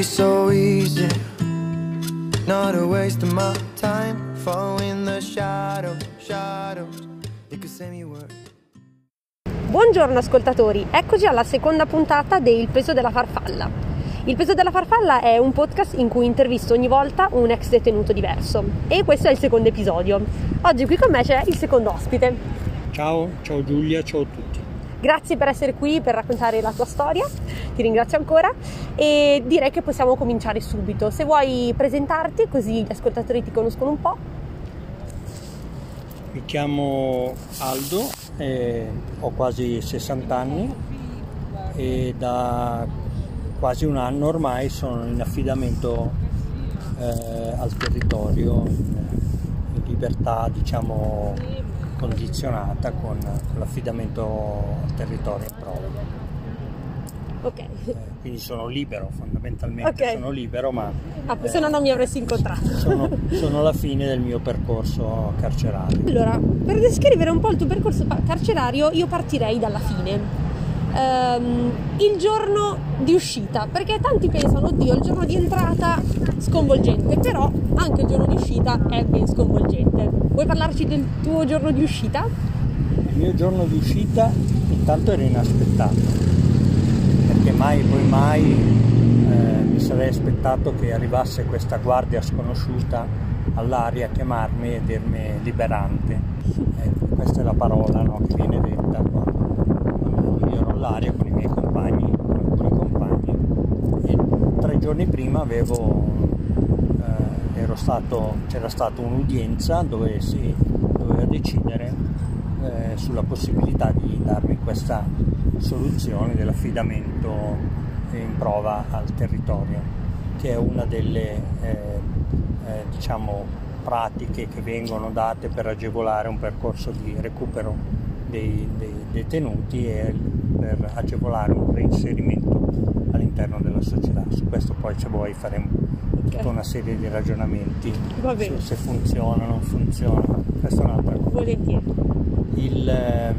so easy, not a waste of my time, following the shadows, you could say me word. Buongiorno ascoltatori, eccoci alla seconda puntata di Il peso della farfalla. Il peso della farfalla è un podcast in cui intervisto ogni volta un ex detenuto diverso e questo è il secondo episodio. Oggi qui con me c'è il secondo ospite. Ciao Giulia, ciao a tutti. Grazie per essere qui, per raccontare la tua storia, ti ringrazio ancora e direi che possiamo cominciare subito. Se vuoi presentarti così gli ascoltatori ti conoscono un po'. Mi chiamo Aldo, ho quasi 60 anni e da quasi un anno ormai sono in affidamento al territorio, in libertà diciamo condizionata con l'affidamento al territorio in prova. Ok. Quindi sono libero, fondamentalmente okay. Sono libero, ma se no non mi avresti incontrato. Sono alla fine del mio percorso carcerario. Allora, per descrivere un po' il tuo percorso carcerario io partirei dalla fine. Il giorno di uscita, perché tanti pensano oddio il giorno di entrata sconvolgente, però anche il giorno di uscita è ben sconvolgente. Vuoi parlarci del tuo giorno di uscita? Il mio giorno di uscita intanto era inaspettato, perché mai poi mai mi sarei aspettato che arrivasse questa guardia sconosciuta all'aria a chiamarmi e dirmi liberante. Questa è la parola, no, che viene detta quando io ero all'aria con i miei compagni, con alcuni compagni, e 3 giorni prima c'era stata un'udienza dove si doveva decidere sulla possibilità di darmi questa soluzione dell'affidamento in prova al territorio, che è una delle diciamo pratiche che vengono date per agevolare un percorso di recupero dei detenuti e per agevolare un reinserimento all'interno della società. Su questo poi, se vuoi, faremo tutta una serie di ragionamenti su se funziona o non funziona. Questa è un'altra cosa. Volentieri. Il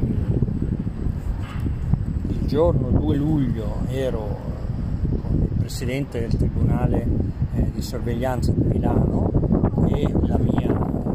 giorno 2 luglio ero con il presidente del Tribunale di Sorveglianza di Milano e il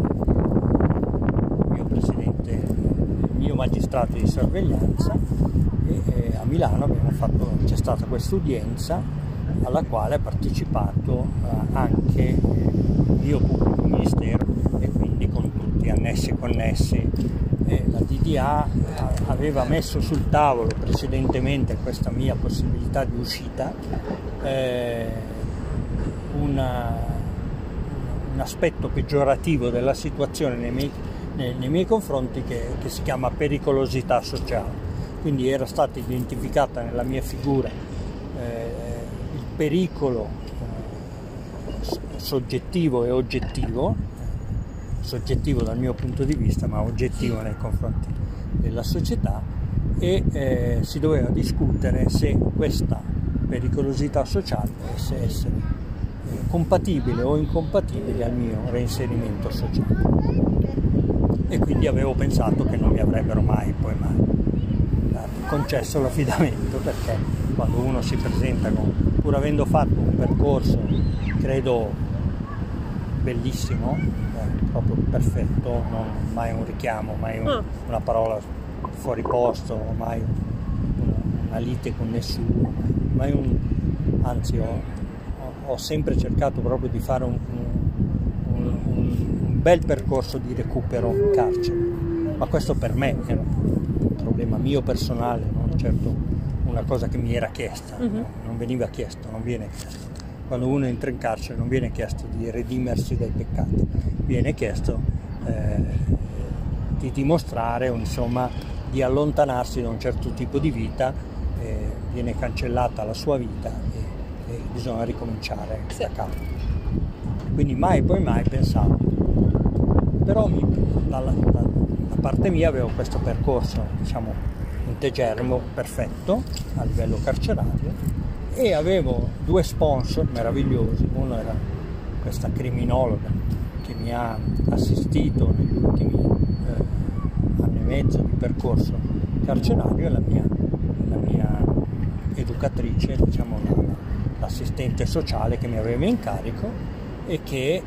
mio magistrato di sorveglianza, e a Milano c'è stata questa udienza alla quale ha partecipato anche il mio pubblico ministero e quindi con tutti annessi e connessi. La DDA aveva messo sul tavolo precedentemente questa mia possibilità di uscita, un aspetto peggiorativo della situazione nei miei confronti che si chiama pericolosità sociale. Quindi era stata identificata nella mia figura il pericolo soggettivo e oggettivo, soggettivo dal mio punto di vista ma oggettivo nei confronti della società, e si doveva discutere se questa pericolosità sociale potesse essere compatibile o incompatibile al mio reinserimento sociale. E quindi avevo pensato che non mi avrebbero mai concesso l'affidamento, perché quando uno si presenta pur avendo fatto un percorso credo bellissimo, proprio perfetto, non mai un richiamo, mai una parola fuori posto, mai una lite con nessuno, anzi ho sempre cercato proprio di fare un bel percorso di recupero in carcere, ma questo per me era un problema mio personale, non certo una cosa che mi era chiesta, non veniva chiesto, non viene chiesto. Quando uno entra in carcere non viene chiesto di redimersi dai peccati, viene chiesto di dimostrare o insomma di allontanarsi da un certo tipo di vita, viene cancellata la sua vita e bisogna ricominciare da capo. Quindi mai poi mai pensato, però da parte mia avevo questo percorso diciamo integerrimo, perfetto a livello carcerario, e avevo 2 sponsor meravigliosi. Uno era questa criminologa che mi ha assistito negli ultimi anno e mezzo di percorso carcerario, e la mia educatrice, diciamo la l'assistente sociale che mi aveva in carico e che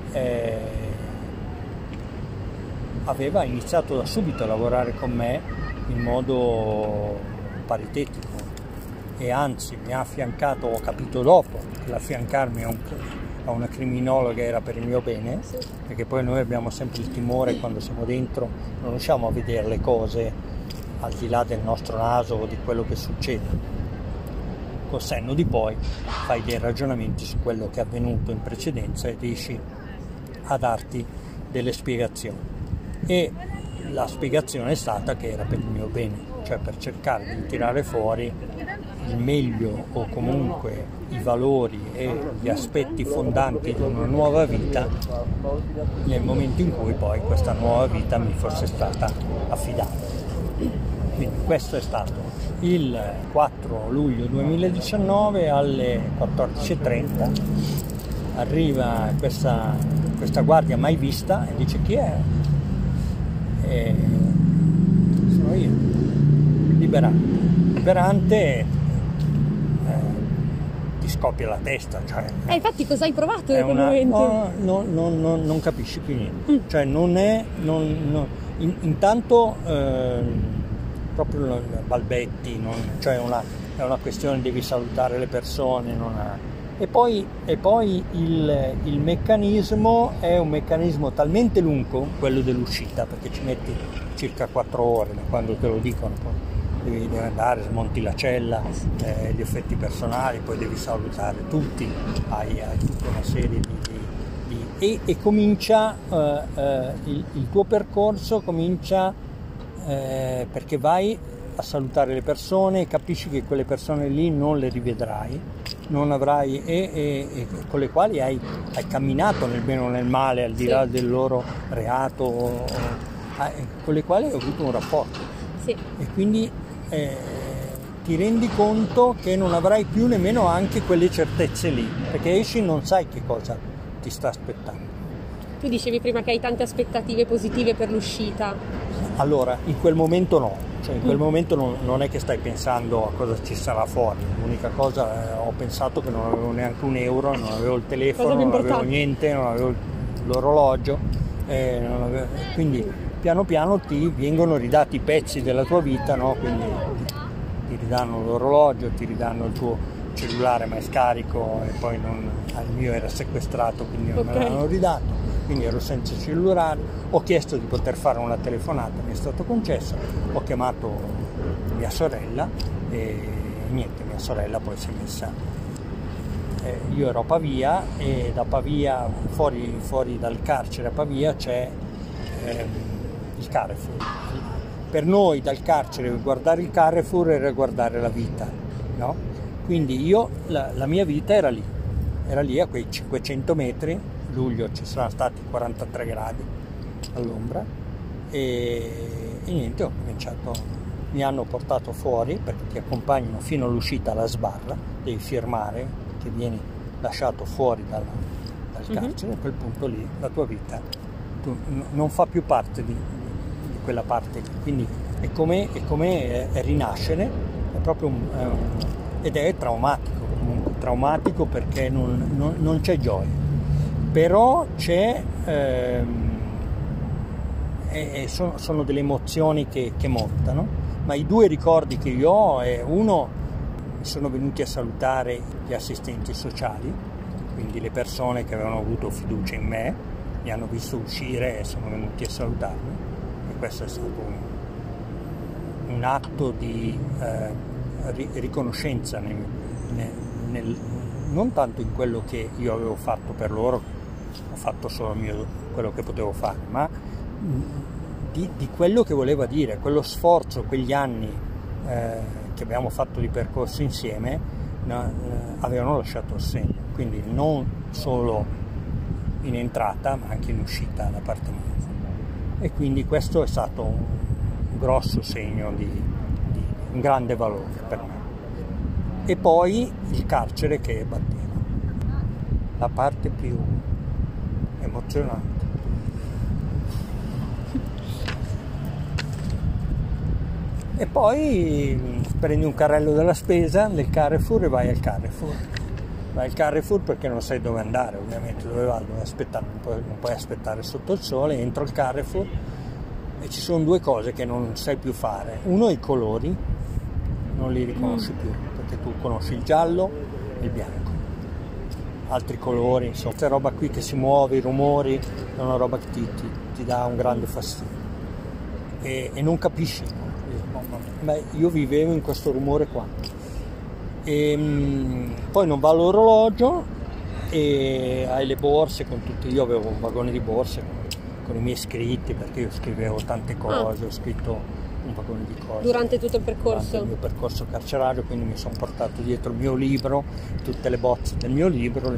aveva iniziato da subito a lavorare con me in modo paritetico, e anzi mi ha affiancato, ho capito dopo che l'affiancarmi a una criminologa era per il mio bene, Sì. perché poi noi abbiamo sempre il timore, quando siamo dentro non riusciamo a vedere le cose al di là del nostro naso o di quello che succede. Col senno di poi fai dei ragionamenti su quello che è avvenuto in precedenza e riesci a darti delle spiegazioni, e la spiegazione è stata che era per il mio bene, cioè per cercare di tirare fuori il meglio, o comunque i valori e gli aspetti fondanti di una nuova vita nel momento in cui poi questa nuova vita mi fosse stata affidata. Quindi questo è stato il 4 luglio 2019 alle 14:30. Arriva questa guardia mai vista e dice: chi è? E sono io, liberante, ti scoppia la testa, cioè, Infatti cosa hai provato in quel momento? non capisci più niente, cioè intanto proprio balbetti, cioè è una questione, devi salutare le persone, e poi il meccanismo è un meccanismo talmente lungo, quello dell'uscita, perché ci metti circa 4 ore da quando te lo dicono, poi devi andare, smonti la cella, gli effetti personali, poi devi salutare tutti, hai tutta una serie e comincia il tuo percorso comincia perché vai a salutare le persone e capisci che quelle persone lì non le rivedrai, non avrai, e con le quali hai camminato nel bene o nel male, al di là del loro reato, con le quali hai avuto un rapporto. Sì. E quindi ti rendi conto che non avrai più nemmeno anche quelle certezze lì, perché esci e non sai che cosa ti sta aspettando. Tu dicevi prima che hai tante aspettative positive per l'uscita. Allora, in quel momento no, cioè in quel momento non è che stai pensando a cosa ci sarà fuori. L'unica cosa, ho pensato che non avevo neanche un euro, non avevo il telefono, non avevo niente, non avevo l'orologio, quindi piano piano ti vengono ridati i pezzi della tua vita, no? Quindi ti ridanno l'orologio, ti ridanno il tuo cellulare, ma è scarico, e poi il mio era sequestrato, quindi non me l'hanno ridato, quindi ero senza cellulare. Ho chiesto di poter fare una telefonata, mi è stato concesso, ho chiamato mia sorella e niente, mia sorella poi si è messa, io ero a Pavia, e da Pavia, fuori dal carcere a Pavia c'è il Carrefour. Per noi dal carcere guardare il Carrefour era guardare la vita, no? Quindi la mia vita era lì a quei 500 metri, luglio ci sono stati 43 gradi all'ombra, e niente, ho cominciato, mi hanno portato fuori, perché ti accompagnano fino all'uscita alla sbarra, devi firmare che vieni lasciato fuori dal carcere, e a quel punto lì la tua vita non fa più parte di quella parte, quindi è come rinascere, è proprio ed è traumatico, comunque traumatico, perché non c'è gioia, però c'è sono delle emozioni che montano. Ma i due ricordi che io ho è: uno, mi sono venuti a salutare gli assistenti sociali, quindi le persone che avevano avuto fiducia in me, mi hanno visto uscire e sono venuti a salutarmi, e questo è stato un atto di riconoscenza non tanto in quello che io avevo fatto per loro, ho fatto solo quello che potevo fare, ma di quello che voleva dire, quello sforzo, quegli anni che abbiamo fatto di percorso insieme, avevano lasciato il segno, quindi non solo in entrata ma anche in uscita da parte mia, e quindi questo è stato un grosso segno di un grande valore per me. E poi il carcere che batteva, la parte più emozionante. E poi prendi un carrello della spesa del Carrefour e vai al Carrefour, Vai al Carrefour perché non sai dove andare, ovviamente dove vado, devi aspettare, non puoi aspettare sotto il sole, entro al Carrefour e ci sono due cose che non sai più fare. Uno, i colori, non li riconosci più, perché tu conosci il giallo e il bianco. Altri colori, insomma, questa roba qui che si muove, i rumori, è una roba che ti dà un grande fastidio. E non capisci, ma io vivevo in questo rumore qua. E poi non va l'orologio e hai le borse con tutti, io avevo un vagone di borse con i miei scritti, perché io scrivevo tante cose, ho scritto un vagone di cose durante tutto il percorso, durante il mio percorso carcerario, quindi mi sono portato dietro il mio libro, tutte le bozze del mio libro,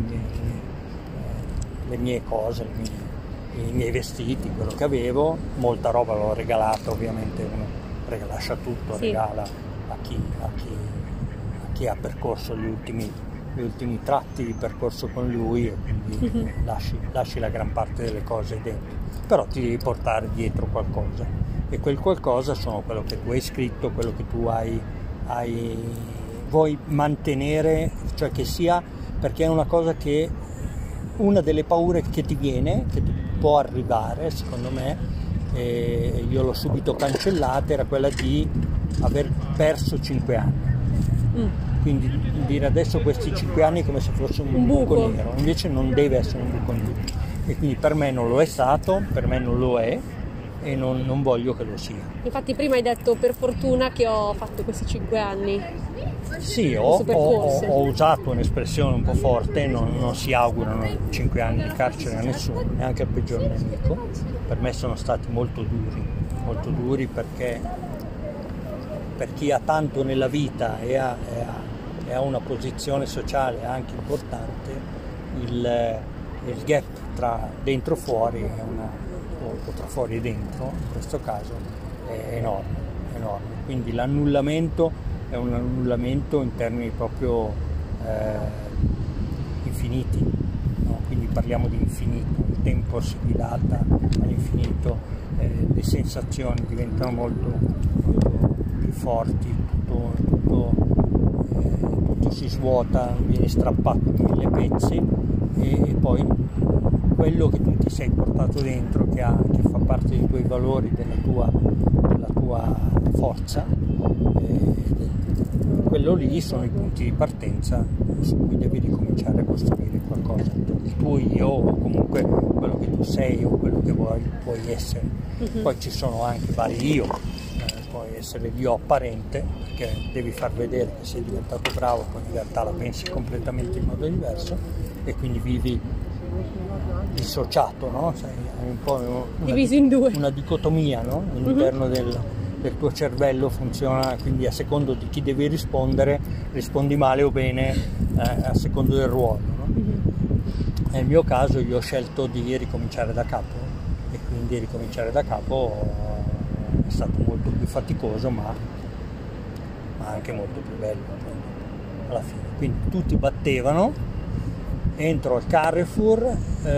le mie cose, i miei vestiti, quello che avevo, molta roba l'ho regalata, ovviamente uno lascia tutto, sì. Regala a chi ha percorso gli ultimi tratti di percorso con lui, e quindi lasci la gran parte delle cose dentro, però ti devi portare dietro qualcosa, e quel qualcosa sono quello che tu hai scritto, quello che tu vuoi mantenere, cioè che sia, perché è una cosa che, una delle paure che ti viene, che ti può arrivare, secondo me, e io l'ho subito cancellata, era quella di aver perso 5 anni. Quindi dire adesso questi 5 anni come se fosse un buco nero, invece non deve essere un buco nero, e quindi per me non lo è stato, per me non lo è, e non voglio che lo sia. Infatti prima hai detto per fortuna che ho fatto questi 5 anni. Sì, ho usato un'espressione un po' forte, non si augurano 5 anni di carcere a nessuno, neanche al peggior nemico. Per me sono stati molto duri, perché per chi ha tanto nella vita e ha una posizione sociale anche importante, il gap tra dentro e fuori o tra fuori e dentro, in questo caso, è enorme. Quindi l'annullamento è un annullamento in termini proprio infiniti, no? Quindi parliamo di infinito, il tempo si dilata all'infinito, le sensazioni diventano molto più forti, tutto si svuota, viene strappato in 1000 pezzi, e poi quello che tu ti sei portato dentro, che fa parte dei tuoi valori, della tua forza, quello lì sono i punti di partenza su cui devi ricominciare a costruire qualcosa, il tuo io, o comunque quello che tu sei o quello che puoi essere. Poi ci sono anche vari io, puoi essere l'io apparente, perché devi far vedere che sei diventato bravo, poi in realtà la pensi completamente in modo diverso, e quindi vivi dissociato, no? Hai un po' diviso in due, una dicotomia, no? All'interno del tuo cervello funziona, quindi a secondo di chi devi rispondere, rispondi male o bene, a secondo del ruolo, no? Nel mio caso io ho scelto di ricominciare da capo, e quindi ricominciare da capo è stato molto più faticoso, ma anche molto più bello alla fine. Quindi tutti battevano, entro al Carrefour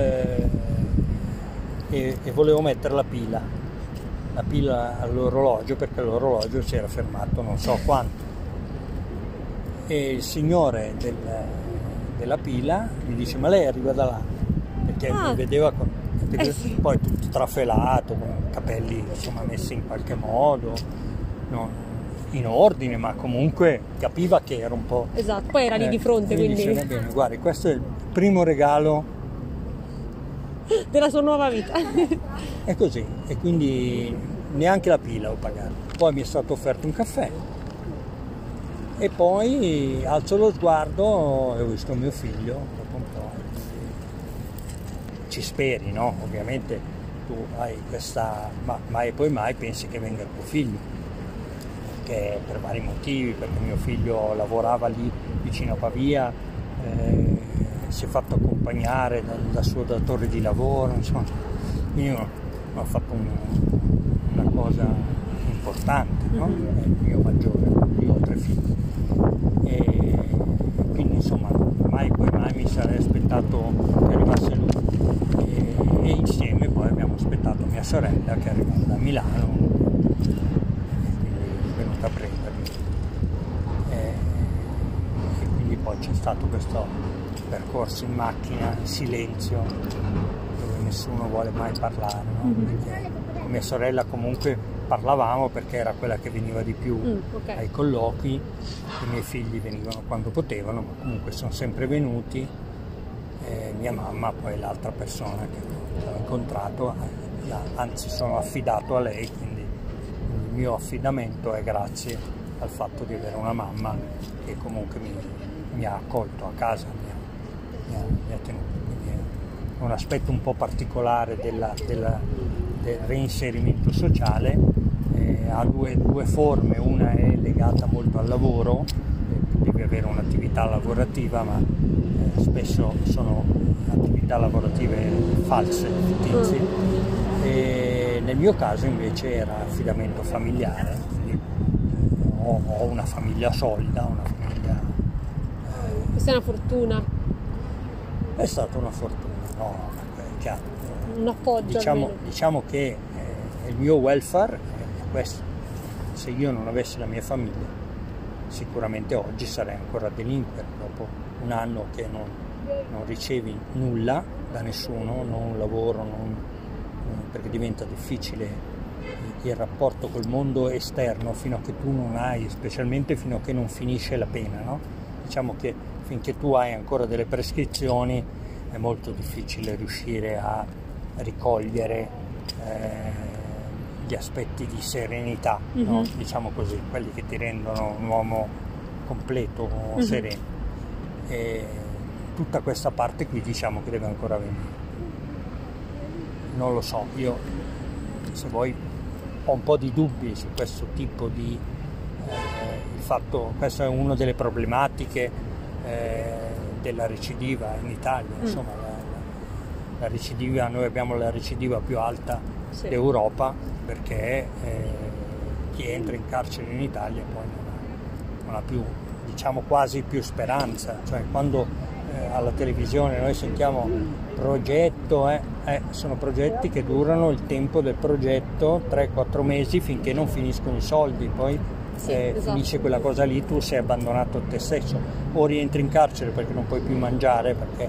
e volevo mettere la pila all'orologio, perché l'orologio si era fermato non so quanto, e il signore della pila mi dice: ma lei arriva da là? Perché mi vedeva poi tutto trafelato, con i capelli insomma messi in qualche modo, no, in ordine, ma comunque capiva che era un po'... Esatto, poi era lì di fronte, quindi... Dice: va bene, guardi, questo è il primo regalo della sua nuova vita. È così, e quindi neanche la pila ho pagato. Poi mi è stato offerto un caffè, e poi alzo lo sguardo e ho visto mio figlio dopo un po'. Ci speri, no? Ovviamente tu hai questa, mai e poi mai pensi che venga il tuo figlio, perché per vari motivi, perché mio figlio lavorava lì vicino a Pavia, si è fatto accompagnare dal suo datore di lavoro, insomma, io ho fatto una cosa importante, no? È il mio maggiore, io ho 3 figli, e quindi insomma mai poi mai mi sarei aspettato che arrivasse lui, e insieme poi abbiamo aspettato mia sorella che arrivava da Milano, e quindi è venuta a prendermi, e quindi poi c'è stato questo percorsi in macchina, in silenzio, dove nessuno vuole mai parlare, no? Perché con mia sorella comunque parlavamo perché era quella che veniva di più ai colloqui, i miei figli venivano quando potevano, ma comunque sono sempre venuti, e mia mamma poi è l'altra persona che ho incontrato, anzi sono affidato a lei, quindi il mio affidamento è grazie al fatto di avere una mamma che comunque mi ha accolto a casa, mi ha tenuto. Quindi è un aspetto un po' particolare del reinserimento sociale, ha due forme, una è legata molto al lavoro, devi avere un'attività lavorativa, ma spesso sono attività lavorative false, fittizie, e nel mio caso invece era affidamento familiare, quindi ho una famiglia solida, una famiglia... Questa è una fortuna. È stata una fortuna, no? Chiaro. Un appoggio diciamo che il mio welfare è questo. Se io non avessi la mia famiglia, sicuramente oggi sarei ancora a delinquere dopo un anno che non ricevi nulla da nessuno, non un lavoro, perché diventa difficile il rapporto col mondo esterno fino a che tu non hai, specialmente fino a che non finisce la pena, no? Diciamo che finché tu hai ancora delle prescrizioni è molto difficile riuscire a ricogliere gli aspetti di serenità, no? Diciamo così, quelli che ti rendono un uomo completo, sereno. E tutta questa parte qui diciamo che deve ancora venire. Non lo so, io se vuoi ho un po' di dubbi su questo tipo di il fatto, questa è una delle problematiche della recidiva in Italia, insomma la recidiva, noi abbiamo la recidiva più alta d'Europa, perché chi entra in carcere in Italia poi non ha più, diciamo, quasi più speranza, cioè quando alla televisione noi sentiamo progetto, sono progetti che durano il tempo del progetto, 3-4 mesi, finché non finiscono i soldi, poi finisce quella cosa lì, tu sei abbandonato a te stesso, o rientri in carcere perché non puoi più mangiare, perché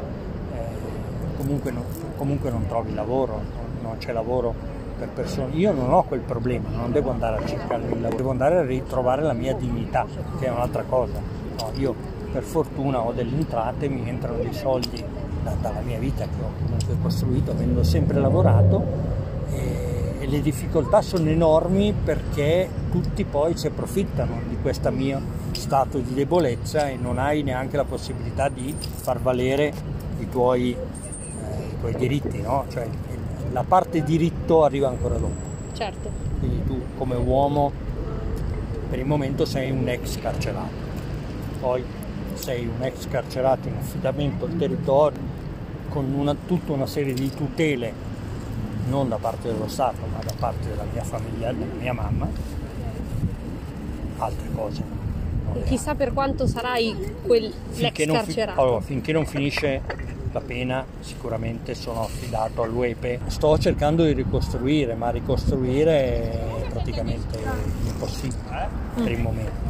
comunque non trovi lavoro, non c'è lavoro per persone. Io non ho quel problema, non devo andare a cercare il lavoro, devo andare a ritrovare la mia dignità, che è un'altra cosa. No, io per fortuna ho delle entrate, mi entrano dei soldi dalla mia vita che ho comunque costruito, avendo sempre lavorato, e le difficoltà sono enormi perché tutti poi si approfittano di questo mio stato di debolezza e non hai neanche la possibilità di far valere i tuoi diritti, no? Cioè la parte diritto arriva ancora dopo. Certo. Quindi tu come uomo per il momento sei un ex carcerato, poi sei un ex carcerato in affidamento al territorio con tutta una serie di tutele, non da parte dello Stato ma da parte della mia famiglia, della mia mamma, altre cose. E chissà per quanto sarai l'ex carcerato. Allora, finché non finisce la pena sicuramente sono affidato all'UEPE. Sto cercando di ricostruire, ma ricostruire è praticamente impossibile per il momento.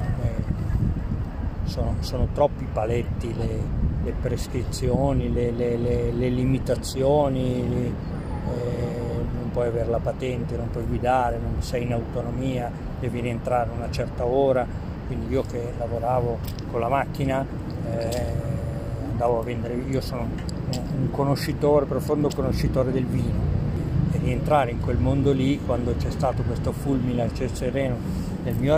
Sono troppi paletti, le prescrizioni, le limitazioni, non puoi avere la patente, non puoi guidare, non sei in autonomia, devi rientrare a una certa ora, quindi io che lavoravo con la macchina andavo a vendere, io sono un conoscitore, profondo conoscitore del vino, e rientrare in quel mondo lì quando c'è stato questo fulmine al ciel sereno nel mio